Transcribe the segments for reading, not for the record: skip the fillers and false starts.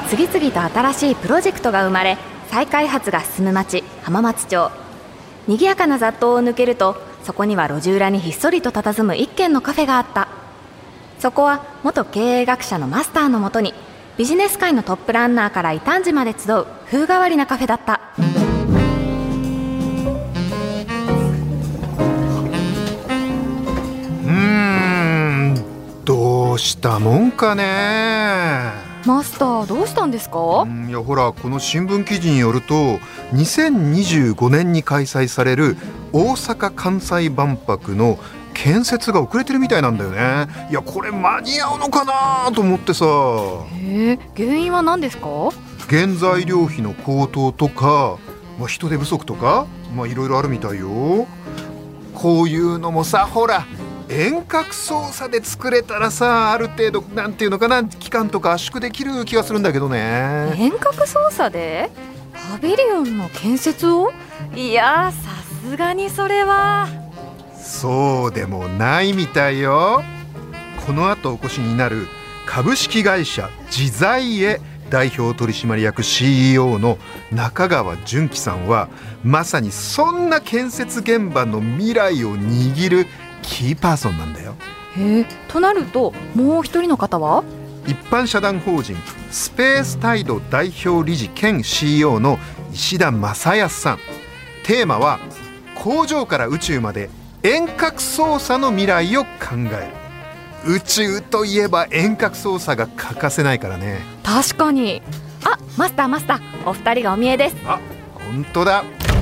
次々と新しいプロジェクトが生まれ、再開発が進む町浜松町。賑やかな雑踏を抜けると、そこには路地裏にひっそりと佇む一軒のカフェがあった。そこは元経営学者のマスターのもとに、ビジネス界のトップランナーから異端児まで集う風変わりなカフェだった。 どうしたもんかね。 マスター、どうしたんですか？ いやほら、この新聞記事によると、2025年に開催される大阪・関西万博の建設が遅れてるみたいなんだよね。いや、これ間に合うのかなと思ってさ。 原因は何ですか？ 原材料費の高騰とか、人手不足とか、いろいろあるみたいよ。こういうのもさ、ほら遠隔操作で作れたらさ、ある程度なんていうのかな、期間とか圧縮できる気がするんだけどね。 遠隔操作でパビリオンの建設を？いや、さすがにそれは。 そうでもないみたいよ。この後お越しになる株式会社自在へ代表取締役 CEO の中川純喜さんは、まさにそんな建設現場の未来を握るキーパーソンなんだよ。 となると、もう一人の方は？ 一般社団法人スペースタイド代表理事兼 CEO の石田正康さん。テーマは工場から宇宙まで遠隔操作の未来を考える。宇宙といえば遠隔操作が欠かせないからね。 確かに。マスター、お二人がお見えです。 本当だ。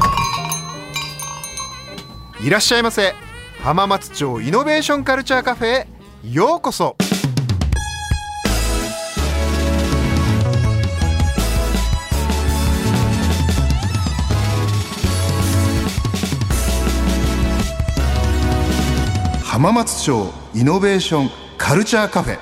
いらっしゃいませ。浜松町イノベーションカルチャーカフェへようこそ。浜松町イノベーションカルチャーカフェ。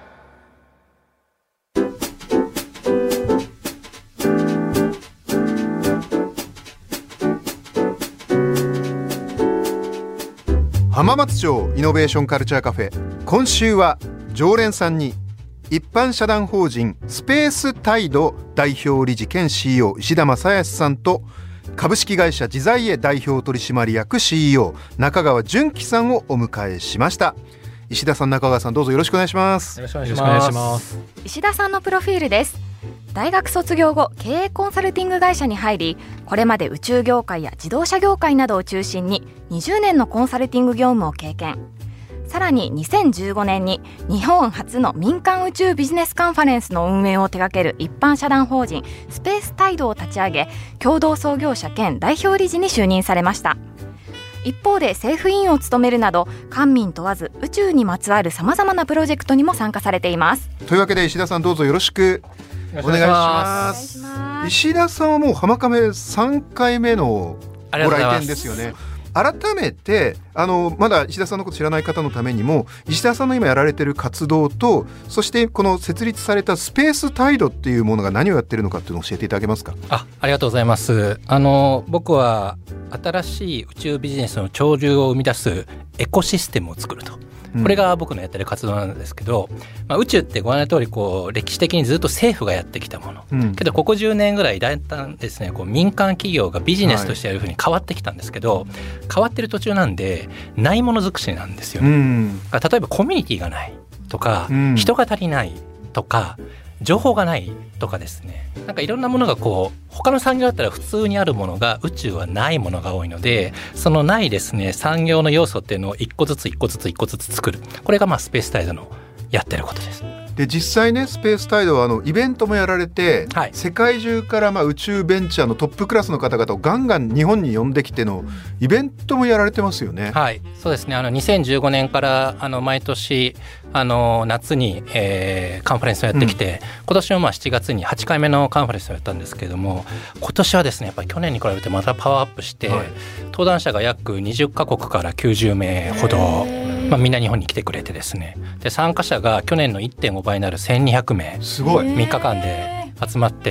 浜松町イノベーションカルチャーカフェ、今週は常連さんに一般社団法人スペースタイド代表理事兼 CEO 石田正康さんと、株式会社自在へ代表取締役 CEO 中川純喜さんをお迎えしました。石田さん、中川さん、どうぞよろしくお願いします。 よろしくお願いします。 石田さんのプロフィールです。大学卒業後、経営コンサルティング会社に入り、これまで宇宙業界や自動車業界などを中心に20年のコンサルティング業務を経験。さらに2015年に日本初の民間宇宙ビジネスカンファレンスの運営を手掛ける一般社団法人スペースタイドを立ち上げ、共同創業者兼代表理事に就任されました。一方で政府委員を務めるなど、官民問わず宇宙にまつわるさまざまなプロジェクトにも参加されています。 というわけで石田さん、どうぞよろしくお願いします。石田さんはもう浜カメ3回目のご来店ですよね。改めてまだ石田さんのこと知らない方のためにも、石田さんの今やられている活動と、そしてこの設立されたスペースタイドっていうものが何をやってるのかっていうのを教えていただけますか？ ありがとうございます。僕は新しい宇宙ビジネスの潮流を生み出すエコシステムを作ると、これが僕のやってる活動なんですけど、宇宙ってご覧の通り歴史的にずっと政府がやってきたもの、けどここ10年ぐらいだんだんですね、民間企業がビジネスとしてやるふうに変わってきたんですけど、変わってる途中なんでないもの尽くしなんですよね。例えばコミュニティがないとか、人が足りないとか、情報がないとかですね、なんかいろんなものが他の産業だったら普通にあるものが宇宙はないものが多いので、そのないですね産業の要素っていうのを一個ずつ作る、これがスペースタイドのやってることです。 で実際ね、スペースタイドはイベントもやられて、世界中から宇宙ベンチャーのトップクラスの方々をガンガン日本に呼んできてのイベントもやられてますよね。 はい、そうですね。2015年から毎年夏に、カンファレンスをやってきて、今年も7月に8回目のカンファレンスをやったんですけれども、今年はですねやっぱり去年に比べてまたパワーアップして、登壇者が約20カ国から90名ほど、みんな日本に来てくれてですね、で参加者が去年の 1.5 倍になる1200名、 すごい 3日間で集まって、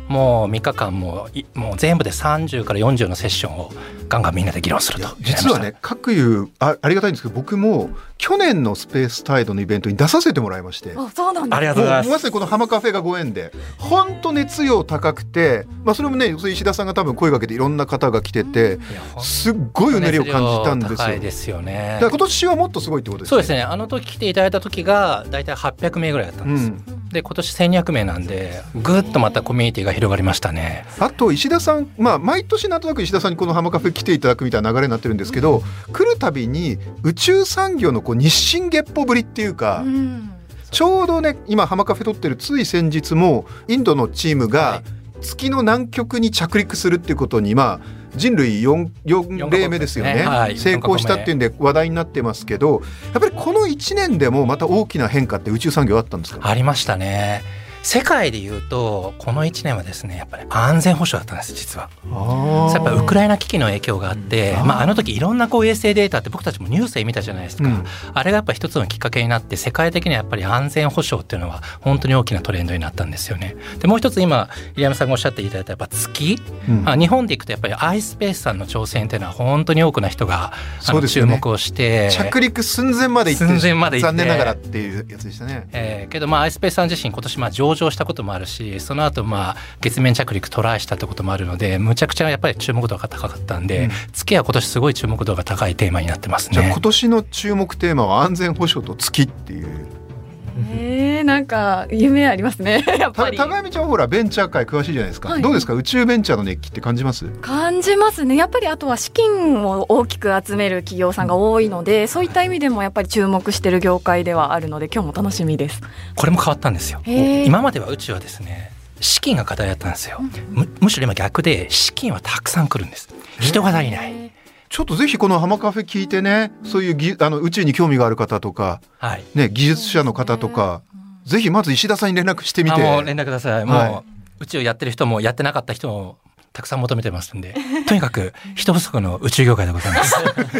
もう3日間もう全部で30から40のセッションをガンガンみんなで議論すると。 実はね、各有 ありがたいんですけど、僕も去年のスペースタイドのイベントに出させてもらいまして、 そうなんです。 ありがとうございます。 まさにこの浜カフェがご縁で本当熱量高くて、それもね石田さんが多分声かけていろんな方が来てて、すっごいうねりを感じたんですよ。 高いですよね。 だから今年はもっとすごいってことですね。 そうですね。あの時来ていただいた時がだいたい800名ぐらいだったんです、で今年1200名なんでぐっとまたコミュニティが広がりましたね。 あと石田さん、毎年なんとなく石田さんにこの浜カフェ来ていただくみたいな流れになってるんですけど、来るたびに宇宙産業の日進月歩ぶりっていうか、ちょうどね今浜カフェ撮ってるつい先日もインドのチームが月の南極に着陸するっていうことに人類 4例目ですよね、成功したっていうんで話題になってますけど、やっぱりこの1年でもまた大きな変化って宇宙産業あったんですか？ ありましたね。世界でいうとこの1年はですねやっぱり安全保障だったんです実は。やっぱウクライナ危機の影響があって、あの時いろんな衛星データって僕たちもニュースで見たじゃないですか、あれがやっぱ一つのきっかけになって世界的にはやっぱり安全保障っていうのは本当に大きなトレンドになったんですよね。でもう一つ今入山さんがおっしゃっていただいたやっぱ月、日本でいくとやっぱりiSpaceさんの挑戦っていうのは本当に多くの人が注目をして、 着陸寸前まで行って残念ながらっていうやつでしたね。 けどiSpaceさん自身今年上場したこともあるし、その後月面着陸トライしたってこともあるのでむちゃくちゃやっぱり注目度が高かったんで、月は今年すごい注目度が高いテーマになってますね。 じゃあ今年の注目テーマは安全保障と月っていう。 なんか夢ありますねやっぱり。 高見ちゃんはほらベンチャー界詳しいじゃないですか、どうですか宇宙ベンチャーの熱気って感じます？ 感じますね。やっぱりあとは資金を大きく集める企業さんが多いので、そういった意味でもやっぱり注目してる業界ではあるので今日も楽しみです。 これも変わったんですよ。今までは宇宙はですね資金が課題だったんですよ、むしろ今逆で資金はたくさん来るんです。人が足りない。 ちょっとぜひこの浜カフェ聞いてね、そういう宇宙に興味がある方とか、技術者の方とか、ぜひまず石田さんに連絡してみて。 もう連絡ください。もう宇宙やってる人もやってなかった人もたくさん求めてますんでとにかく人不足の宇宙業界でございます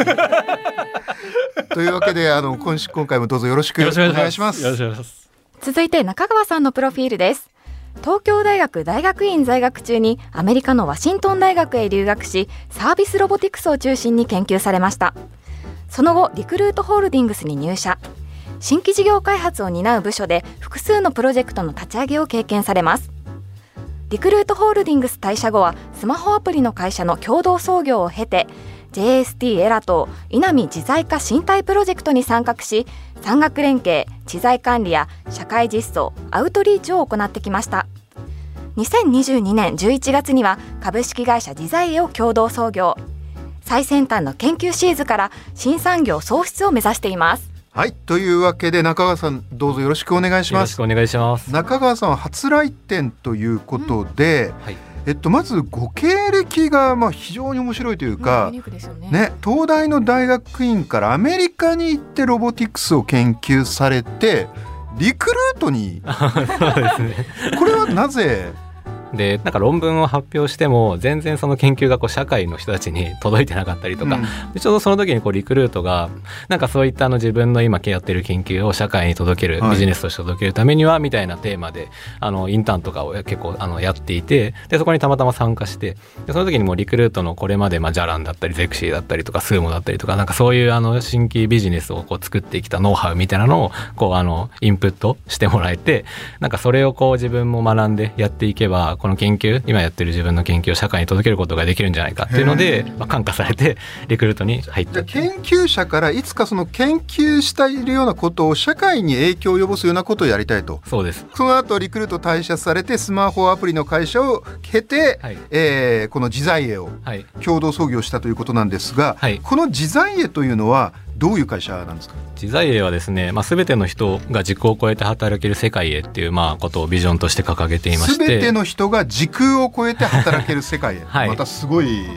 というわけで今回もどうぞよろしくお願いします。 続いて中川さんのプロフィールです。東京大学大学院在学中にアメリカのワシントン大学へ留学し、サービスロボティクスを中心に研究されました。その後リクルートホールディングスに入社、新規事業開発を担う部署で複数のプロジェクトの立ち上げを経験されます。リクルートホールディングス退社後はスマホアプリの会社の共同創業を経て JST エラと稲見自在化身体プロジェクトに参画し、産学連携、知財管理や社会実装、アウトリーチを行ってきました。2022年11月には株式会社自在エを共同創業、最先端の研究シーズから新産業創出を目指しています。 はい、というわけで中川さんどうぞよろしくお願いします。 よろしくお願いします。 中川さんは初来店ということで、まずご経歴が非常に面白いというか、東大の大学院からアメリカに行ってロボティクスを研究されてリクルートにそうですねこれはなぜ？ でなんか論文を発表しても全然その研究が社会の人たちに届いてなかったりとか、でちょうどその時にリクルートがなんかそういった自分の今やってる研究を社会に届ける、ビジネスとして届けるためにはみたいなテーマでインターンとかを結構やっていて、でそこにたまたま参加して、でその時にもリクルートのこれまでジャランだったりゼクシーだったりとかスーモだったりとか、なんかそういう新規ビジネスを作ってきたノウハウみたいなのをインプットしてもらえて、なんかそれを自分も学んでやっていけばこの研究、今やってる自分の研究を社会に届けることができるんじゃないかっていうので、感化されてリクルートに入った。 研究者からいつかその研究しているようなことを社会に影響を及ぼすようなことをやりたいと。 そうです。 その後リクルート退社されてスマホアプリの会社を経て、この自在エを共同創業したということなんですが、この自在エというのはどういう会社なんですか？ 自在エはですね、全ての人が時空を超えて働ける世界へっていうことをビジョンとして掲げていまして、 全ての人が時空を超えて働ける世界へ、またすごい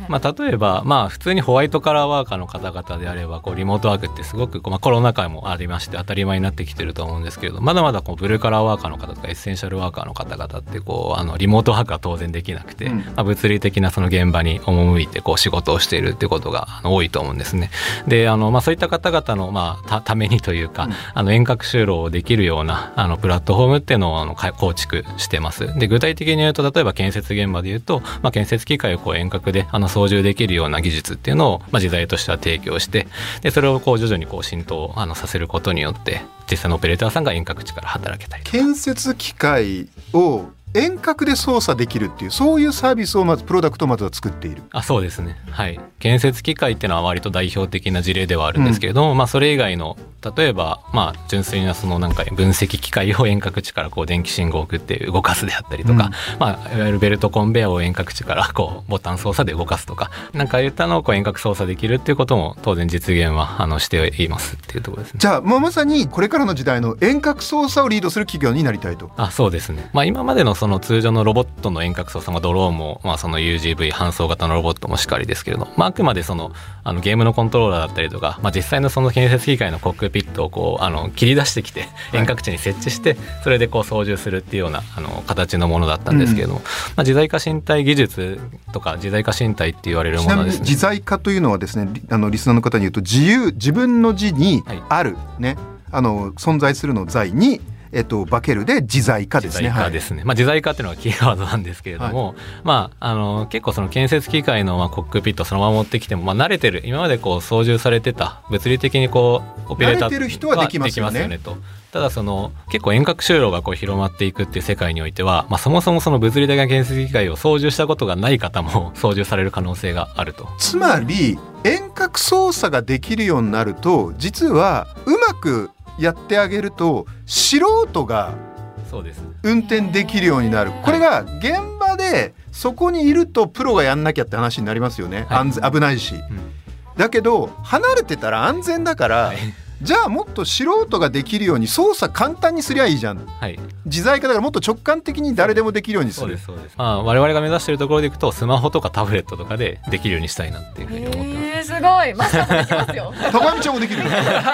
例えば、普通にホワイトカラーワーカーの方々であればリモートワークってすごくコロナ禍もありまして当たり前になってきてると思うんですけれど、まだまだブルーカラーワーカーの方とかエッセンシャルワーカーの方々ってリモートワークは当然できなくて、物理的なその現場に赴いて仕事をしているってことが多いと思うんですね。でそういった方々のためにというか、遠隔就労できるようなプラットフォームっていうのを構築してます。で具体的に言うと、例えば建設現場で言うと、建設機械を遠隔で操縦できるような技術っていうのを自財としては提供して、でそれを徐々に浸透させることによって実際のオペレーターさんが遠隔地から働けたりとか。 建設機械を遠隔で操作できるっていう、そういうサービスをまずプロダクトをまずは作っている。 そうですね、建設機械っていうのは割と代表的な事例ではあるんですけれども、それ以外の例えば純粋な分析機械を遠隔地から電気信号を送って動かすであったりとか、いわゆるベルトコンベヤーを遠隔地からボタン操作で動かすとか、いったのを遠隔操作できるっていうことも当然実現はしていますっていうところですね。 じゃあまさにこれからの時代の遠隔操作をリードする企業になりたいと。 そうですね、今までの通常のロボットの遠隔操作、ドローンも、その UGV 搬送型のロボットもしっかりですけれど、あくまでゲームのコントローラーだったりとか、実際のその建設機械のコックピットを切り出してきて遠隔地に設置して、それで操縦するっていうような形のものだったんですけれども、自在化身体技術とか自在化身体って言われるものですね。 自在化というのはですね、リスナーの方に言うと、自分の自にある、存在するの在にバケルで自在化ですね。 自在化ですね。自在化っていうのがキーワードなんですけれども、結構その建設機械のコックピットをそのまま持ってきても、慣れてる、今まで操縦されてた物理的にオペレーター慣れてる人はできますよねと。ただ結構遠隔就労が広まっていくっていう世界においては、そもそもその物理的な建設機械を操縦したことがない方も操縦される可能性があると。 つまり遠隔操作ができるようになると、実はうまくやってあげると素人が運転できるようになる。これが現場でそこにいるとプロがやんなきゃって話になりますよね。危ないし、だけど離れてたら安全だから、じゃあもっと素人ができるように操作簡単にすりゃいいじゃん、自在化だからもっと直感的に誰でもできるようにする。 そうです。我々が目指しているところでいくと、スマホとかタブレットとかでできるようにしたいなっていうふうに思ってます。 すごい、マスターもできますよ。 高見ちゃんもできるよ。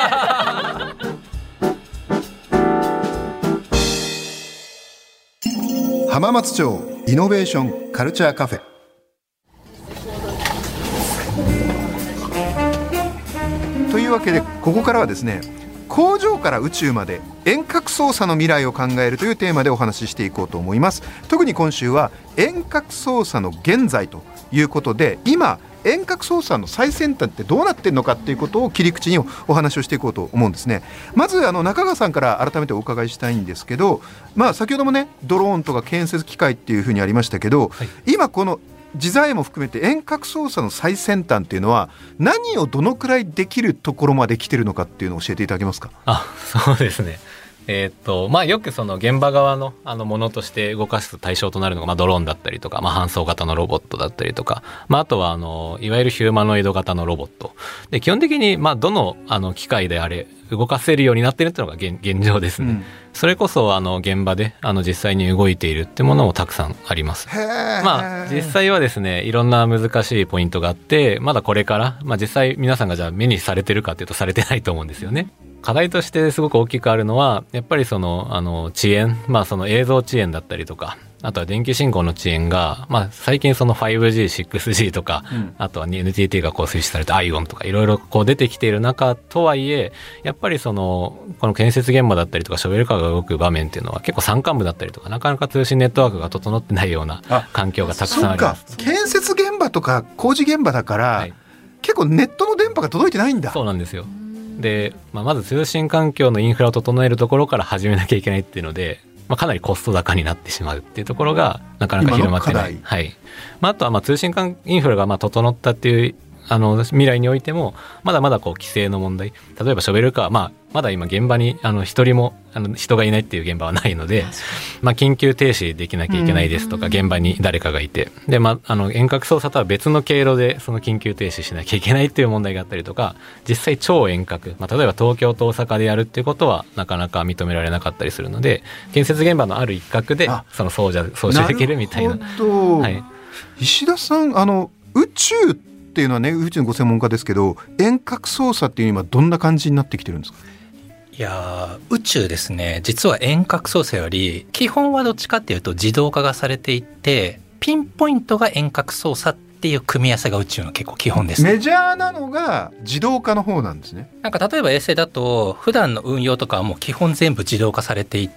浜松町イノベーションカルチャーカフェ。というわけで、ここからはですね、工場から宇宙まで遠隔操作の未来を考えるというテーマでお話ししていこうと思います。特に今週は遠隔操作の現在ということで、今遠隔操作の最先端ってどうなってるのかっていうことを切り口にお話をしていこうと思うんですね。まず中川さんから改めてお伺いしたいんですけど、先ほどもね、ドローンとか建設機械っていうふうにありましたけど、今この自在も含めて遠隔操作の最先端っていうのは何をどのくらいできるところまで来てるのかっていうのを教えていただけますか？ そうですね。よくその現場側のものとして動かす対象となるのが、ドローンだったりとか、搬送型のロボットだったりとか、あとはいわゆるヒューマノイド型のロボットで、基本的にどの機械であれ動かせるようになっているっていうのが 現状ですね。それこそ現場で実際に動いているっていうものもたくさんあります。実際はですね、いろんな難しいポイントがあって、まだこれから、実際皆さんがじゃあ目にされてるかっていうとされてないと思うんですよね。課題としてすごく大きくあるのは、やっぱりその遅延、その映像遅延だったりとか、あとは電気信号の遅延が、最近その 5G、6G とか、あとは NTT が推進された ION とかいろいろ出てきている中とはいえ、やっぱりこの建設現場だったりとかショベルカーが動く場面っていうのは結構山間部だったりとか、なかなか通信ネットワークが整ってないような環境がたくさんあります。 そうか、建設現場とか工事現場だから、結構ネットの電波が届いてないんだ。 そうなんですよ。で、まず通信環境のインフラを整えるところから始めなきゃいけないっていうので、かなりコスト高になってしまうっていうところがなかなか広まってない。あとは通信インフラが整ったっていう未来においても、まだまだ規制の問題、例えばショベルカー、まだ今現場に一人も人がいないっていう現場はないので、緊急停止できなきゃいけないですとか、現場に誰かがいて、で、遠隔操作とは別の経路でその緊急停止しなきゃいけないっていう問題があったりとか、実際超遠隔、例えば東京と大阪でやるっていうことはなかなか認められなかったりするので、建設現場のある一角でその操縦できるみたいな。 石田さん、 宇宙っていうのはね、宇宙のご専門家ですけど、遠隔操作っていうのは今どんな感じになってきてるんですか？ いや宇宙ですね、実は遠隔操作より基本はどっちかっていうと自動化がされていって、ピンポイントが遠隔操作っていう組み合わせが宇宙の結構基本です。 メジャーなのが自動化の方なんですね。 なんか例えば衛星だと普段の運用とかはもう基本全部自動化されていって、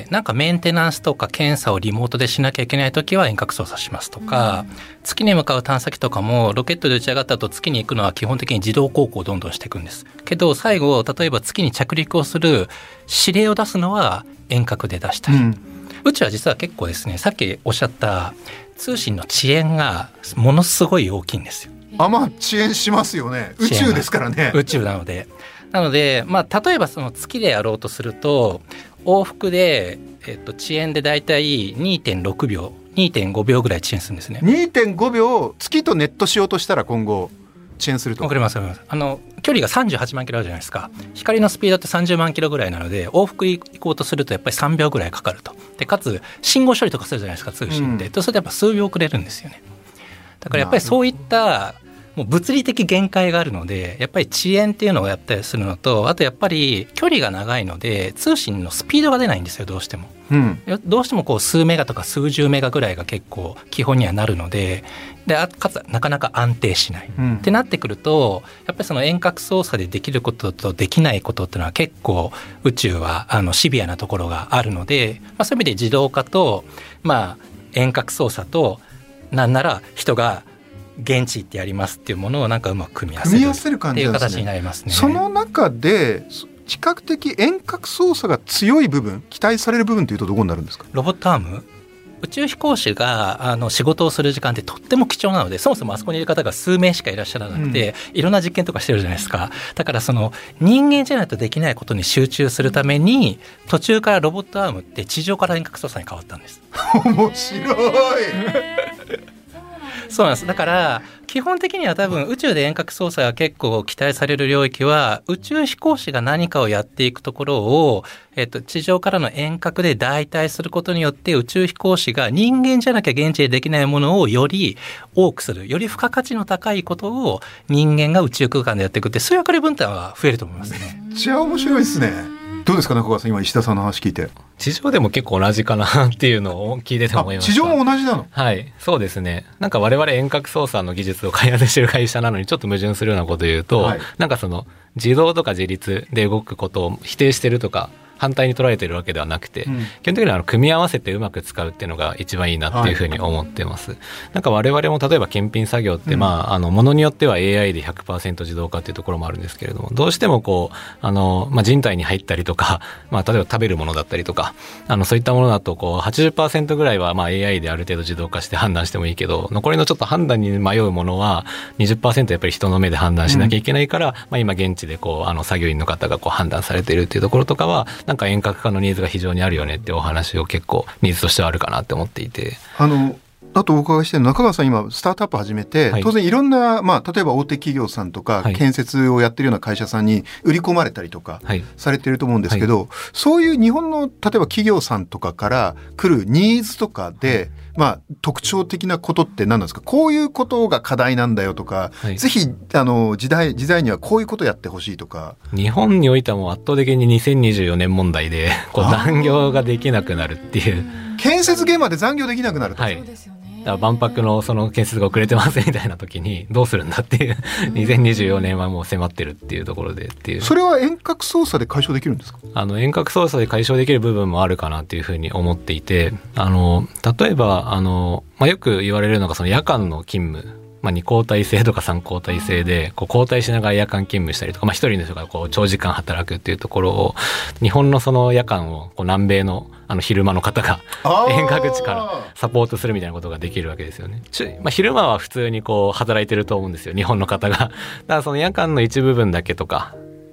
なんかメンテナンスとか検査をリモートでしなきゃいけないときは遠隔操作しますとか、月に向かう探査機とかもロケットで打ち上がった後月に行くのは基本的に自動航行をどんどんしていくんですけど、最後例えば月に着陸をする指令を出すのは遠隔で出したり、宇宙は実は結構ですね、さっきおっしゃった通信の遅延がものすごい大きいんですよ。 遅延しますよね。宇宙ですからね。 宇宙なので、例えばその月でやろうとすると往復で、遅延でだいたい 2.6 秒 2.5 秒ぐらい遅延するんですね。 2.5 秒月とネットしようとしたら今後遅延すると。 わかります。距離が38万キロあるじゃないですか。光のスピードって30万キロぐらいなので、往復行こうとするとやっぱり3秒ぐらいかかると。でかつ信号処理とかするじゃないですか、通信で、とそれでやっぱ数秒遅れるんですよね。だからやっぱりそういったもう物理的限界があるので、やっぱり遅延っていうのをやったりするのと、あとやっぱり距離が長いので通信のスピードが出ないんですよ、どうしても。どうしてもこう数メガとか数十メガぐらいが結構基本にはなるので、かつなかなか安定しない、ってなってくると、やっぱりその遠隔操作でできることとできないことっていうのは結構宇宙はシビアなところがあるので、そういう意味で自動化と、遠隔操作と、なんなら人が現地行ってやりますっていうものをなんかうまく組み合わせるっていう形になりますね。 その中で比較的遠隔操作が強い部分、期待される部分というとどこになるんですか？ ロボットアーム、宇宙飛行士が仕事をする時間ってとっても貴重なので、そもそもあそこにいる方が数名しかいらっしゃらなくて、いろんな実験とかしてるじゃないですか。だからその人間じゃないとできないことに集中するために、途中からロボットアームって地上から遠隔操作に変わったんです。 面白いそうなんです。だから基本的には多分宇宙で遠隔操作が結構期待される領域は、宇宙飛行士が何かをやっていくところを、地上からの遠隔で代替することによって、宇宙飛行士が人間じゃなきゃ現地でできないものをより多くする、より付加価値の高いことを人間が宇宙空間でやっていくって、そういう役割分担は増えると思いますね。 めっちゃ面白いですね。どうですか中川さん、今石田さんの話聞いて。 地上でも結構同じかなっていうのを聞いてて思いました。 地上も同じなの？ はい、そうですね。なんか我々遠隔操作の技術を開発してる会社なのにちょっと矛盾するようなことを言うと、なんかその自動とか自律で動くことを否定してるとか反対に捉えてるわけではなくて、基本的には組み合わせてうまく使うっていうのが一番いいなっていうふうに思ってます。なんか我々も例えば検品作業って、ものによっては AI で 100% 自動化っていうところもあるんですけれども、どうしてもこう人体に入ったりとか、例えば食べるものだったりとか、そういったものだとこう 80% ぐらいはAI である程度自動化して判断してもいいけど、残りのちょっと判断に迷うものは 20% やっぱり人の目で判断しなきゃいけないから、今現地でこう作業員の方がこう判断されているっていうところとかは、なんか遠隔化のニーズが非常にあるよねっていうお話を結構ニーズとしてはあるかなって思っていて、 あとお伺いしてる中川さん、今スタートアップ始めて、当然いろんな、例えば大手企業さんとか、建設をやってるような会社さんに売り込まれたりとかされてると思うんですけど、そういう日本の例えば企業さんとかから来るニーズとかで、特徴的なことって何なんですか？こういうことが課題なんだよとか、ぜひ時代にはこういうことやってほしいとか。 日本においてはもう圧倒的に2024年問題でこう残業ができなくなるっていう。 建設現場で残業できなくなると。 そうですよね。だから万博のその建設が遅れてますみたいな時にどうするんだっていう2024年はもう迫ってるっていうところでっていう。 それは遠隔操作で解消できるんですか？ 遠隔操作で解消できる部分もあるかなっていうふうに思っていて、例えばよく言われるのがその夜間の勤務、2交代制とか3交代制でこう交代しながら夜間勤務したりとか、一人の人がこう長時間働くっていうところを、日本のその夜間をこう南米の昼間の方が遠隔地からサポートするみたいなことができるわけですよね。昼間は普通にこう働いてると思うんですよ、日本の方が。だからその夜間の一部分だけとか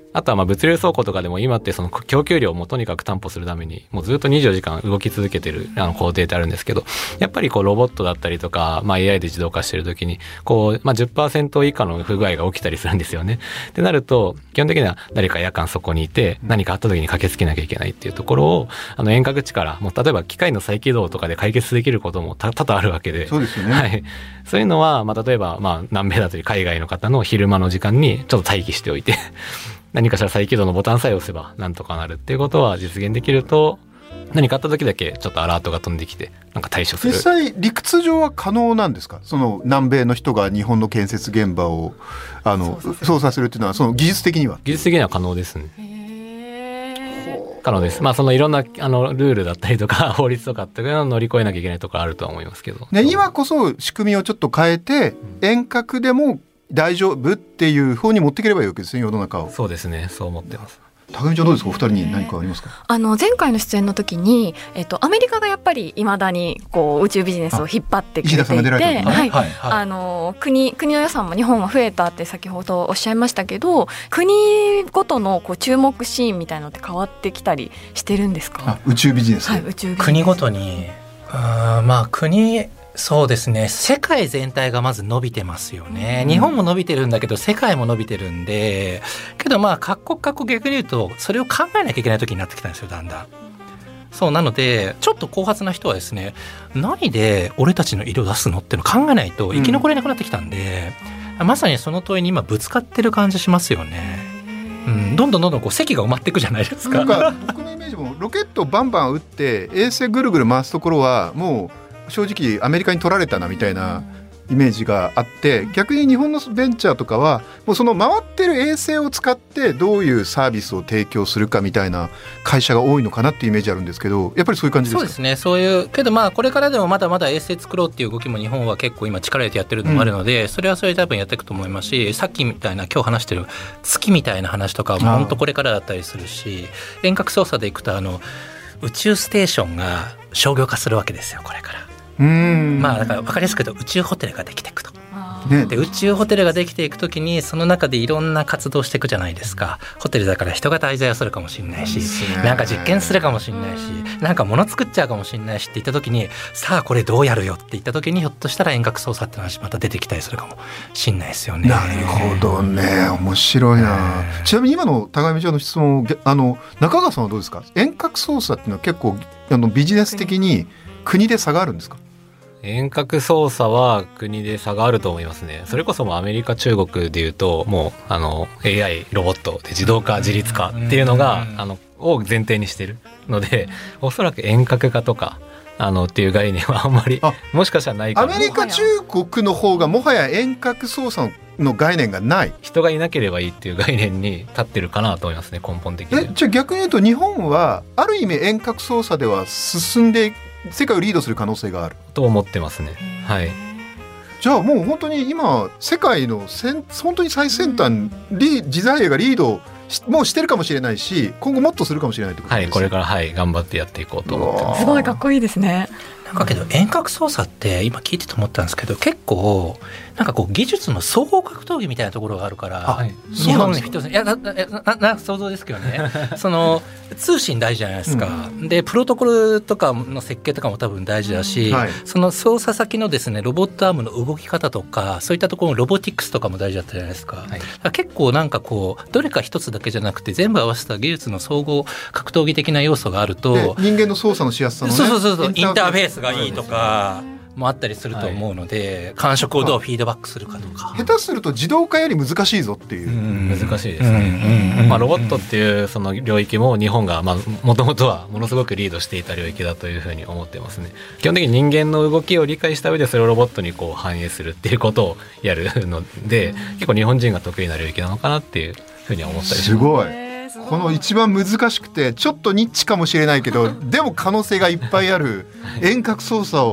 あとはまあ物流倉庫とかでも今ってその供給量をもうとにかく担保するためにもうずっと24時間動き続けてる工程ってあるんですけど、やっぱりこうロボットだったりとか、まあ、AI で自動化してる時にこう、まあ、10% 以下の不具合が起きたりするんですよね。ってなると基本的には誰か夜間そこにいて何かあった時に駆けつけなきゃいけないっていうところを遠隔地からもう例えば機械の再起動とかで解決できることも多々あるわけで、 そうですよね、 はい、そういうのは、まあ、例えば、まあ、南米だったり海外の方の昼間の時間にちょっと待機しておいて何かしら再起動のボタンさえ押せばなんとかなるっていうことは実現できると、何かあった時だけちょっとアラートが飛んできてなんか対処する。 実際理屈上は可能なんですか？その南米の人が日本の建設現場を操作するっていうのはその技術的には可能ですね。可能です。まあそのいろんなルールだったりとか法律とかっていうのを乗り越えなきゃいけないところあるとは思いますけど、 ね、今こそ仕組みをちょっと変えて遠隔でも大丈夫っていう方に持っていければいいわけですね、世の中を。 そうですね、そう思ってます。 高見ちゃんどうですか？お二人に何かありますか？ 前回の出演の時に、アメリカがやっぱり未だにこう宇宙ビジネスを引っ張ってくれていて、国の予算も日本は増えたって先ほどおっしゃいましたけど、国ごとのこう注目シーンみたいなのって変わってきたりしてるんですか？ 宇宙ビジネス、 はい、宇宙ビジネス国ごとにまあそうですね、世界全体がまず伸びてますよね、日本も伸びてるんだけど世界も伸びてるんで、けどまあ各国逆に言うとそれを考えなきゃいけない時になってきたんですよ、だんだん。そうなのでちょっと後発な人はですね、何で俺たちの色出すのっていうのを考えないと生き残れなくなってきたんで、まさにその問いに今ぶつかってる感じしますよね。どんどんこう席が埋まっていくじゃないですか。 僕のイメージもロケットをバンバン打って衛星ぐるぐる回すところはもう正直アメリカに取られたなみたいなイメージがあって、逆に日本のベンチャーとかはもうその回ってる衛星を使ってどういうサービスを提供するかみたいな会社が多いのかなっていうイメージあるんですけど、やっぱりそういう感じですか？ そうですね、そういうけどまあこれからでもまだまだ衛星作ろうっていう動きも日本は結構今力入れてやってるのもあるので、それはそれで多分やっていくと思いますし、さっきみたいな今日話してる月みたいな話とかも本当これからだったりするし、遠隔操作でいくと宇宙ステーションが商業化するわけですよ、これから。まあだから分かりやすく言うと宇宙ホテルができていくと、で宇宙ホテルができていくときにその中でいろんな活動していくじゃないですか。ホテルだから人が滞在をするかもしれないし、なんか実験するかもしれないし、なんか物作っちゃうかもしれないしって言ったときに、さあこれどうやるよって言ったときにひょっとしたら遠隔操作って話また出てきたりするかもしれないですよね。 なるほどね、面白いな。ちなみに今の高見ちゃんの質問、中川さんはどうですか？遠隔操作っていうのは結構ビジネス的に国で差があるんですか？ 遠隔操作は国で差があると思いますね。それこそもうアメリカ中国でいうともうAI ロボットで自動化自律化っていうのがを前提にしてるので、おそらく遠隔化とかっていう概念はあんまりもしかしたらないかも。 アメリカ中国の方がもはや遠隔操作の概念がない、 人がいなければいいっていう概念に立ってるかなと思いますね、根本的に。 じゃあ逆に言うと日本はある意味遠隔操作では進んで世界をリードする可能性があると思ってますね。はい。 じゃあもう本当に今世界の本当に最先端自在映がリードもうしてるかもしれないし、今後もっとするかもしれないってことですね。 はい、これから頑張ってやっていこうと思ってます。 すごいかっこいいですね。 なんかけど遠隔操作って今聞いてて思ったんですけど、結構なんかこう技術の総合格闘技みたいなところがあるから、日本の人、いや想像ですけどねその通信大事じゃないですか、でプロトコルとかの設計とかも多分大事だし、その操作先のですねロボットアームの動き方とかそういったところのロボティクスとかも大事だったじゃないですか、だから結構なんかこうどれか一つだけじゃなくて全部合わせた技術の総合格闘技的な要素があると、 人間の操作のしやすさのね、 そうインターフェースがいいとかもあったりすると思うので、感触をどうフィードバックするかとか、 下手すると自動化より難しいぞっていう、 難しいですね。ロボットっていうその領域も日本がもともとはものすごくリードしていた領域だというふうに思ってますね。基本的に人間の動きを理解した上でそれをロボットにこう反映するっていうことをやるので、結構日本人が得意な領域なのかなっていうふうには思ったりします。 すごい。この一番難しくてちょっとニッチかもしれないけどでも可能性がいっぱいある遠隔操作を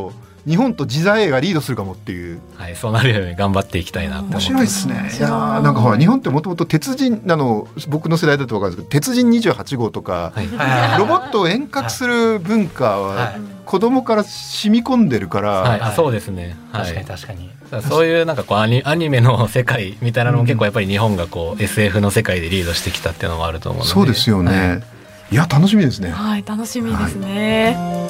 日本と自在 A がリードするかもっていう。 はい、そうなるように頑張っていきたいなって思って面白いですね。いやなんかほら日本ってもともと鉄人僕の世代だと分かるんですけど、鉄人28号とか、 はい、 ロボットを遠隔する文化は子供から染み込んでるから、 はいはい、そうですね、はい、 確かにそういうなんかこうアニメの世界みたいなのも結構やっぱり日本がこう SF の世界でリードしてきたっていうのもあると思うので。 そうですよね、はい、いや楽しみですね。 はい、楽しみですね、はい。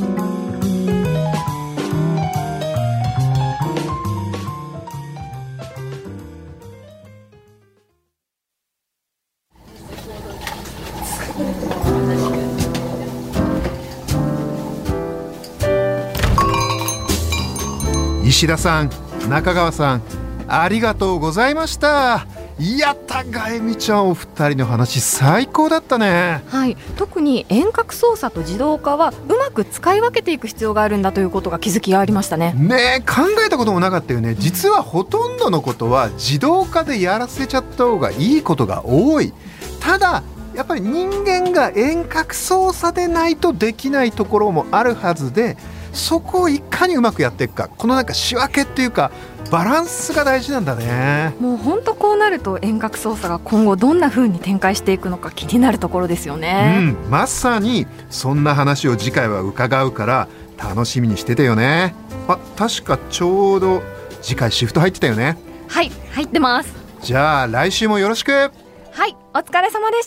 石田さん、中川さん、ありがとうございました。いや、高恵美ちゃんお二人の話最高だったね。 はい、特に遠隔操作と自動化はうまく使い分けていく必要があるんだということが気づきがありましたね。 ねえ、考えたこともなかったよね。実はほとんどのことは自動化でやらせちゃった方がいいことが多い。ただやっぱり人間が遠隔操作でないとできないところもあるはずで、そこをいかにうまくやっていくか、このなんか仕分けっていうかバランスが大事なんだね。 もう本当こうなると遠隔操作が今後どんな風に展開していくのか気になるところですよね、 まさにそんな話を次回は伺うから楽しみにしててよね。確かちょうど次回シフト入ってたよね。 はい、入ってます。 じゃあ来週もよろしく。 はい、お疲れ様でした。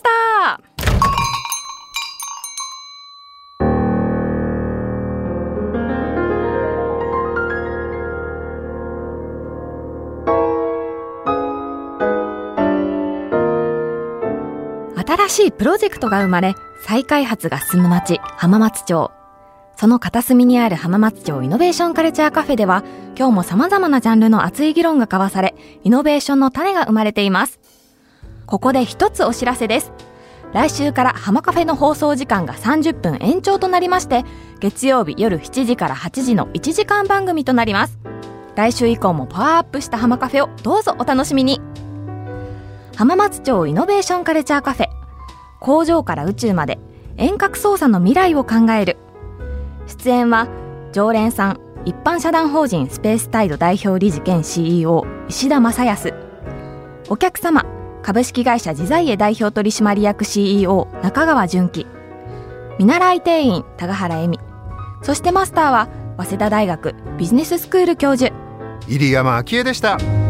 新しいプロジェクトが生まれ、再開発が進む町、浜松町。その片隅にある浜松町イノベーションカルチャーカフェでは、今日も様々なジャンルの熱い議論が交わされ、イノベーションの種が生まれています。ここで一つお知らせです。来週から浜カフェの放送時間が30分延長となりまして、月曜日夜7時から8時の1時間番組となります。来週以降もパワーアップした浜カフェをどうぞお楽しみに。浜松町イノベーションカルチャーカフェ、工場から宇宙まで遠隔操作の未来を考える。出演は常連さん、一般社団法人スペースタイド代表理事兼 CEO 石田正康、お客様株式会社自在栄代表取締役 CEO 中川純喜、見習い店員田ヶ原恵美、そしてマスターは早稲田大学ビジネススクール教授入山昭恵でした。